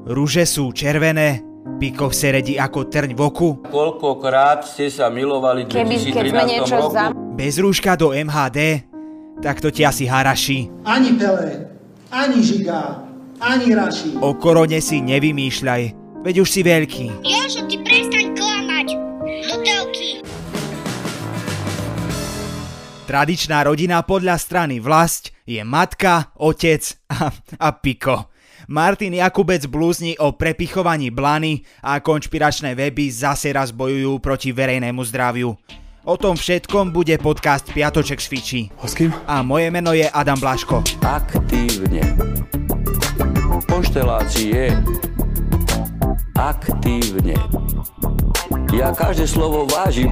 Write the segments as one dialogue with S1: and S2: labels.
S1: Ruže sú červené, Piko v Seredi ako trň v oku.
S2: Koľkokrát ste sa milovali v 2013 roku?
S1: Bez rúška do MHD? Tak to ti asi haraší.
S3: Ani Pelé, ani Žiga, ani Raši.
S1: O korone si nevymýšľaj, veď už si veľký.
S4: Jožo, ty prestaň klamať. Do telky.
S1: Tradičná rodina podľa strany Vlasť je matka, otec a Piko. Martin Jakubec blúzni o prepichovaní Blany a konšpiračné weby zase raz bojujú proti verejnému zdraviu. O tom všetkom bude podcast Piatoček s Fiči. A moje meno je Adam Blaško.
S2: Aktívne. Konštelácie. Aktívne. Ja každé slovo vážim.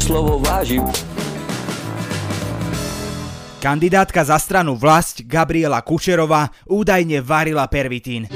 S1: Kandidátka za stranu Vlasť Gabriela Kučerová údajne varila pervitín.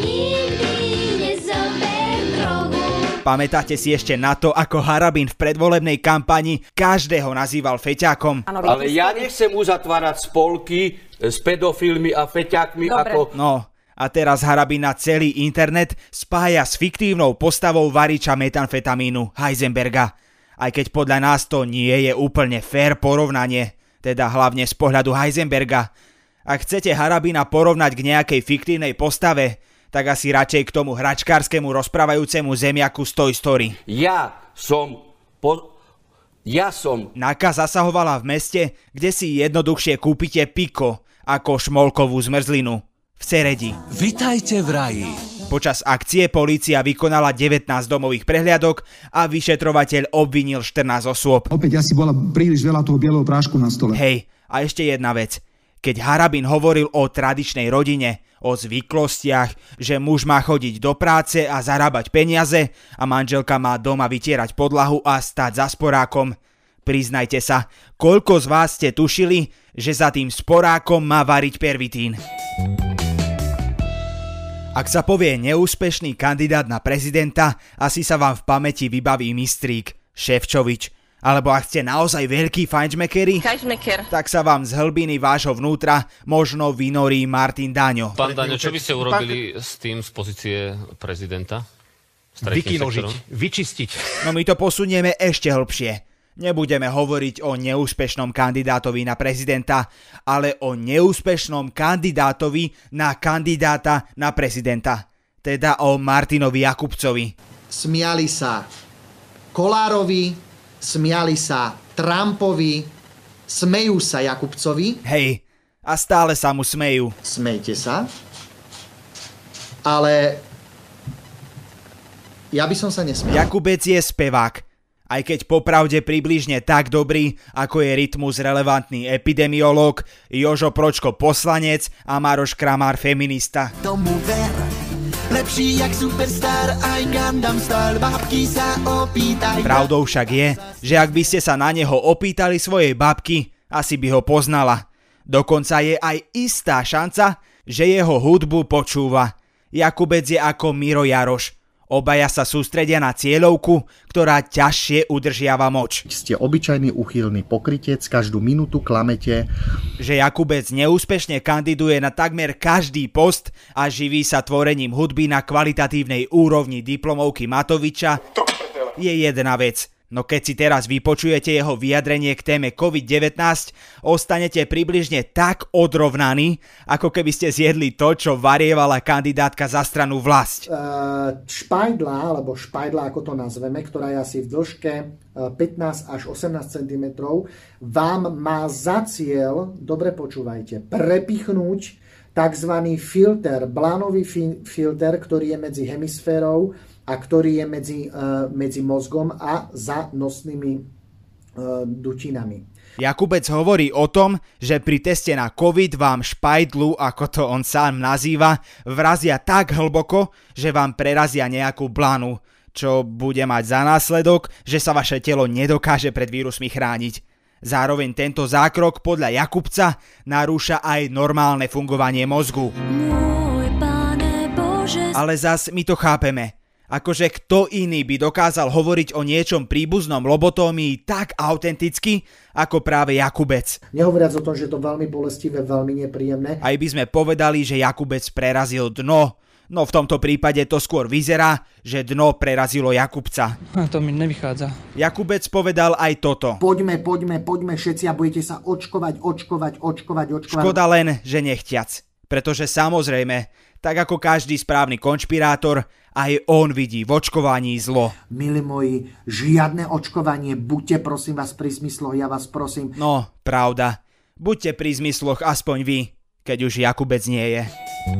S1: Pamätáte si ešte na to, ako Harabin v predvolebnej kampani každého nazýval feťákom?
S2: Ale ja nechcem uzatvárať spolky s pedofilmi a feťákmi ako...
S1: No, a teraz Harabin na celý internet spája s fiktívnou postavou variča metamfetamínu Heisenberga. Aj keď podľa nás to nie je úplne fér porovnanie. Teda hlavne z pohľadu Heisenberga. Ak chcete Harabina porovnať k nejakej fiktívnej postave, tak asi radšej k tomu hračkárskému rozprávajúcemu zemiaku z Toy Story.
S2: Ja som...
S1: NAKA zasahovala v meste, kde si jednoduchšie kúpite Piko ako šmolkovú zmrzlinu. V Seredi.
S5: Vitajte v raji.
S1: Počas akcie polícia vykonala 19 domových prehliadok a vyšetrovateľ obvinil 14 osôb.
S6: Opäť asi bola príliš veľa toho bieleho prášku na stole.
S1: Hej, a ešte jedna vec. Keď Harabin hovoril o tradičnej rodine, o zvyklostiach, že muž má chodiť do práce a zarábať peniaze a manželka má doma vytierať podlahu a stať za sporákom. Priznajte sa, koľko z vás ste tušili, že za tým sporákom má variť pervitín? Ak sa povie neúspešný kandidát na prezidenta, asi sa vám v pamäti vybaví Mistrík, Šefčovič. Alebo ak ste naozaj veľkí fajnšmekeri, tak sa vám z hlbiny vášho vnútra možno vynorí Martin Daňo.
S7: Pán Daňo, čo by ste urobili s tým z pozície prezidenta?
S5: Vykinožiť, vyčistiť.
S1: No my to posunieme ešte hlbšie. Nebudeme hovoriť o neúspešnom kandidátovi na prezidenta, ale o neúspešnom kandidátovi na kandidáta na prezidenta. Teda o Martinovi Jakubcovi.
S3: Smiali sa Kolárovi, smiali sa Trumpovi, smejú sa Jakubcovi.
S1: Hej, a stále sa mu smejú.
S3: Smejte sa. Ale ja by som sa nesmiel.
S1: Jakubec je spevák. Aj keď popravde približne tak dobrý, ako je Rytmus relevantný epidemiológ, Jožo Pročko poslanec a Maroš Kramár feminista.
S8: Tomu ver, lepší jak superstar, aj Gundam Style, babky sa opýtaj.
S1: Pravdou však je, že ak by ste sa na neho opýtali svojej babky, asi by ho poznala. Dokonca je aj istá šanca, že jeho hudbu počúva. Jakubec je ako Miro Jaroš. Obaja sa sústredia na cieľovku, ktorá ťažšie udržiava moč.
S9: Ste obyčajný uchylný pokrytec, každú minútu klamete.
S1: Že Jakubec neúspešne kandiduje na takmer každý post a živí sa tvorením hudby na kvalitatívnej úrovni diplomovky Matoviča, je jedna vec. No keď si teraz vypočujete jeho vyjadrenie k téme COVID-19, ostanete približne tak odrovnaní, ako keby ste zjedli to, čo varievala kandidátka za stranu Vlasť.
S3: Špajdla, alebo špajdla, ako to nazveme, ktorá je asi v dĺžke 15 až 18 cm, vám má za cieľ, dobre počúvajte, prepichnúť tzv. Filter, blánový filter, ktorý je medzi hemisférou a ktorý je medzi mozgom a za nosnými dutinami.
S1: Jakubec hovorí o tom, že pri teste na COVID vám špajdlu, ako to on sám nazýva, vrazia tak hlboko, že vám prerazia nejakú blanu, čo bude mať za následok, že sa vaše telo nedokáže pred vírusmi chrániť. Zároveň tento zákrok podľa Jakubca narúša aj normálne fungovanie mozgu. Ale zas my to chápeme. Akože kto iný by dokázal hovoriť o niečom príbuznom lobotómii tak autenticky, ako práve Jakubec.
S3: Nehovoriac o tom, že je to veľmi bolestivé, veľmi nepríjemné.
S1: Aj by sme povedali, že Jakubec prerazil dno, No v tomto prípade to skôr vyzerá, že dno prerazilo Jakubca.
S10: To mi nevychádza.
S1: Jakubec povedal aj toto.
S3: Poďme všetci a budete sa očkovať.
S1: Škoda len, že nechtiac. Pretože samozrejme, tak ako každý správny konšpirátor, aj on vidí v očkovaní zlo.
S3: Milí moji, žiadne očkovanie, buďte prosím vás pri zmysloch, ja vás prosím.
S1: No, pravda. Buďte pri zmysloch aspoň vy, keď už Jakubec nie je.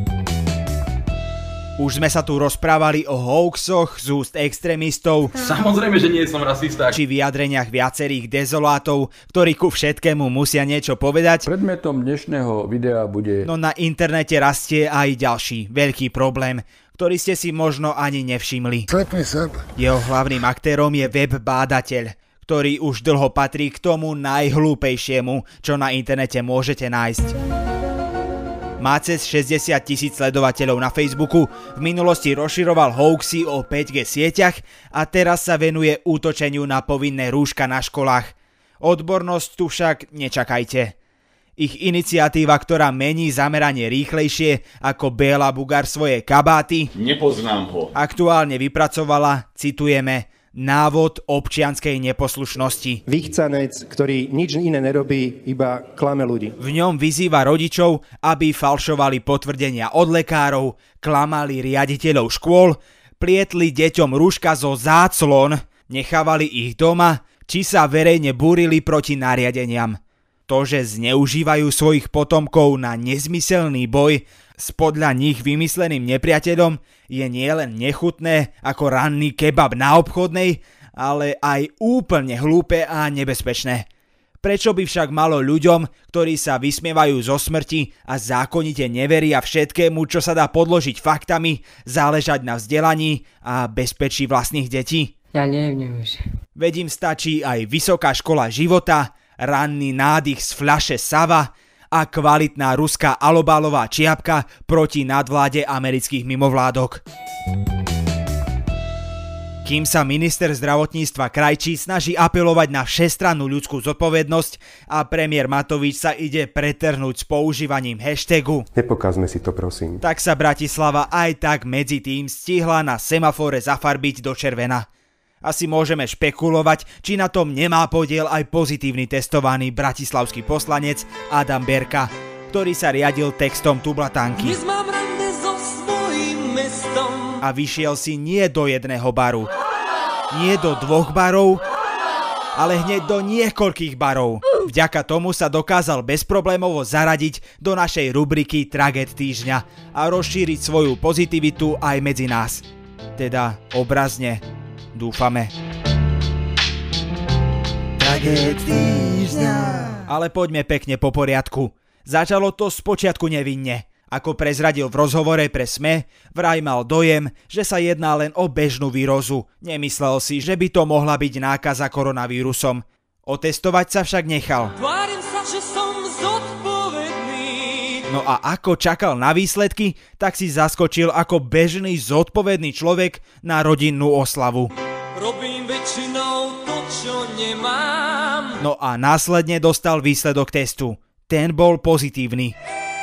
S1: Už sme sa tu rozprávali o hoaxoch z úst extrémistov.
S11: Samozrejme, že nie som rasista.
S1: Či vyjadreniach viacerých dezolátov, ktorí ku všetkému musia niečo povedať.
S12: Predmetom dnešného videa bude...
S1: No na internete rastie aj ďalší veľký problém, ktorý ste si možno ani nevšimli. Jeho hlavným aktérom je web bádateľ, ktorý už dlho patrí k tomu najhlúpejšiemu, čo na internete môžete nájsť. Má cez 60 000 sledovateľov na Facebooku, v minulosti rozširoval hoaxy o 5G sieťach a teraz sa venuje útočeniu na povinné rúška na školách. Odbornosť tu však nečakajte. Ich iniciatíva, ktorá mení zameranie rýchlejšie ako Béla Bugár svoje kabáty,
S11: nepoznám ho,
S1: aktuálne vypracovala, citujeme, návod občianskej neposlušnosti.
S13: Vychcanec, ktorý nič iné nerobí, iba klame ľudí.
S1: V ňom vyzýva rodičov, aby falšovali potvrdenia od lekárov, klamali riaditeľov škôl, plietli deťom rúška zo záclon, nechávali ich doma, či sa verejne búrili proti nariadeniam. To, že zneužívajú svojich potomkov na nezmyselný boj s podľa nich vymysleným nepriateľom, je nielen nechutné ako ranný kebab na obchodnej, ale aj úplne hlúpe a nebezpečné. Prečo by však malo ľuďom, ktorí sa vysmievajú zo smrti a zákonite neveria všetkému, čo sa dá podložiť faktami, záležať na vzdelaní a bezpečí vlastných detí?
S10: Ja neviem už.
S1: Veď im stačí aj vysoká škola života, ranný nádych z fľaše Sava a kvalitná ruská alobálová čiapka proti nadvláde amerických mimovládok. Kým sa minister zdravotníctva Krajčí snaží apelovať na všestrannú ľudskú zodpovednosť a premiér Matovič sa ide pretrhnúť s používaním hashtagu
S14: nepokazme si to, prosím,
S1: tak sa Bratislava aj tak medzi tým stihla na semafore zafarbiť do červena. Asi môžeme špekulovať, či na tom nemá podiel aj pozitívny testovaný bratislavský poslanec Adam Berka, ktorý sa riadil textom Tublatanky. A vyšiel si nie do jedného baru, nie do 2 barov, ale hneď do niekoľkých barov. Vďaka tomu sa dokázal bezproblémovo zaradiť do našej rubriky Tragéd týždňa a rozšíriť svoju pozitivitu aj medzi nás. Teda obrazne. Dúfame. Ale poďme pekne po poriadku. Začalo to spočiatku nevinne. Ako prezradil v rozhovore pre SME, vraj mal dojem, že sa jedná len o bežnú vírozu. Nemyslel si, že by to mohla byť nákaza koronavírusom. Otestovať sa však nechal. No a ako čakal na výsledky, tak si zaskočil ako bežný zodpovedný človek na rodinnú oslavu.
S15: Robím väčšinou to, čo nemám.
S1: No a následne dostal výsledok testu. Ten bol pozitívny.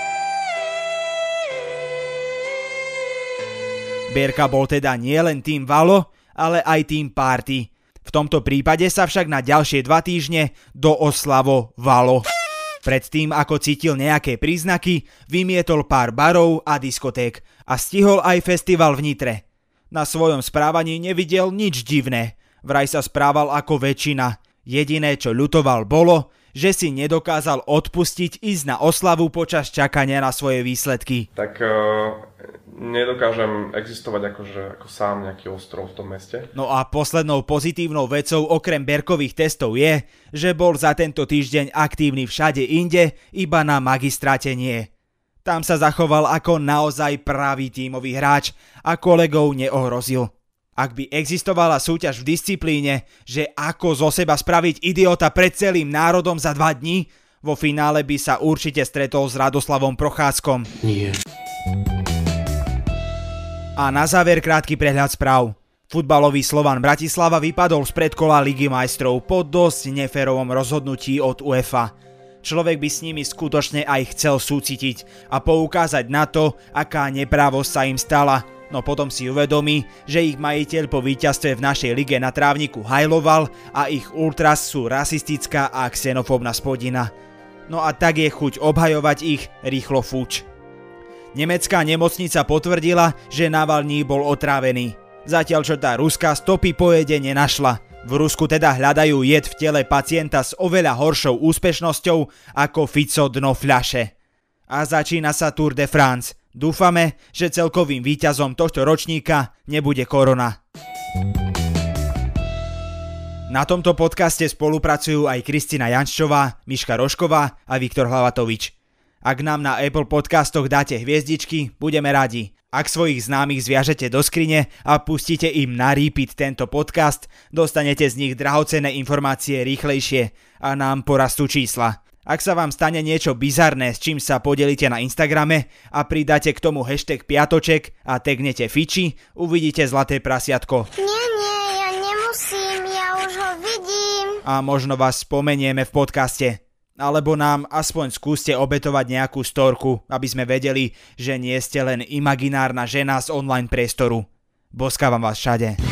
S1: Berka bol teda nielen tým Valo, ale aj tým Party. V tomto prípade sa však na ďalšie 2 týždne dooslavo Valo. Predtým, ako cítil nejaké príznaky, vymietol pár barov a diskoték a stihol aj festival v Nitre. Na svojom správaní nevidel nič divné. Vraj sa správal ako väčšina. Jediné, čo ľutoval, bolo, že si nedokázal odpustiť ísť na oslavu počas čakania na svoje výsledky.
S16: Tak nedokážem existovať ako sám nejaký ostrov v tom meste.
S1: No a poslednou pozitívnou vecou okrem Berkových testov je, že bol za tento týždeň aktívny všade inde, iba na magistráte nie. Tam sa zachoval ako naozaj pravý tímový hráč a kolegov neohrozil. Ak by existovala súťaž v disciplíne, že ako zo seba spraviť idiota pred celým národom za 2 dní, vo finále by sa určite stretol s Radoslavom Procházkom.
S2: Nie.
S1: A na záver krátky prehľad správ. Futbalový Slovan Bratislava vypadol z predkola Ligy majstrov po dosť neférovom rozhodnutí od UEFA. Človek by s nimi skutočne aj chcel súcitiť a poukázať na to, aká neprávosť sa im stala. No potom si uvedomí, že ich majiteľ po víťazstve v našej lige na trávniku hajloval a ich ultras sú rasistická a xenofóbna spodina. No a tak je chuť obhajovať ich rýchlo fuč. Nemecká nemocnica potvrdila, že Navalný bol otrávený. Zatiaľ čo tá ruská stopy po jede nenašla. V Rusku teda hľadajú jed v tele pacienta s oveľa horšou úspešnosťou ako Fico dno fľaše. A začína sa Tour de France. Dúfame, že celkovým víťazom tohto ročníka nebude korona. Na tomto podcaste spolupracujú aj Kristina Janščová, Miška Rožková a Viktor Hlavatovič. Ak nám na Apple podcastoch dáte hviezdičky, budeme radi. Ak svojich známych zviažete do skrine a pustíte im na repeat tento podcast, dostanete z nich drahocenné informácie rýchlejšie a nám porastú čísla. Ak sa vám stane niečo bizarné, s čím sa podelíte na Instagrame a pridáte k tomu hashtag piatoček a tagnete Fiči, uvidíte zlaté prasiatko.
S4: Nie, ja nemusím, ja už ho vidím.
S1: A možno vás spomenieme v podcaste. Alebo nám aspoň skúste obetovať nejakú storku, aby sme vedeli, že nie ste len imaginárna žena z online priestoru. Boskávam vás všade.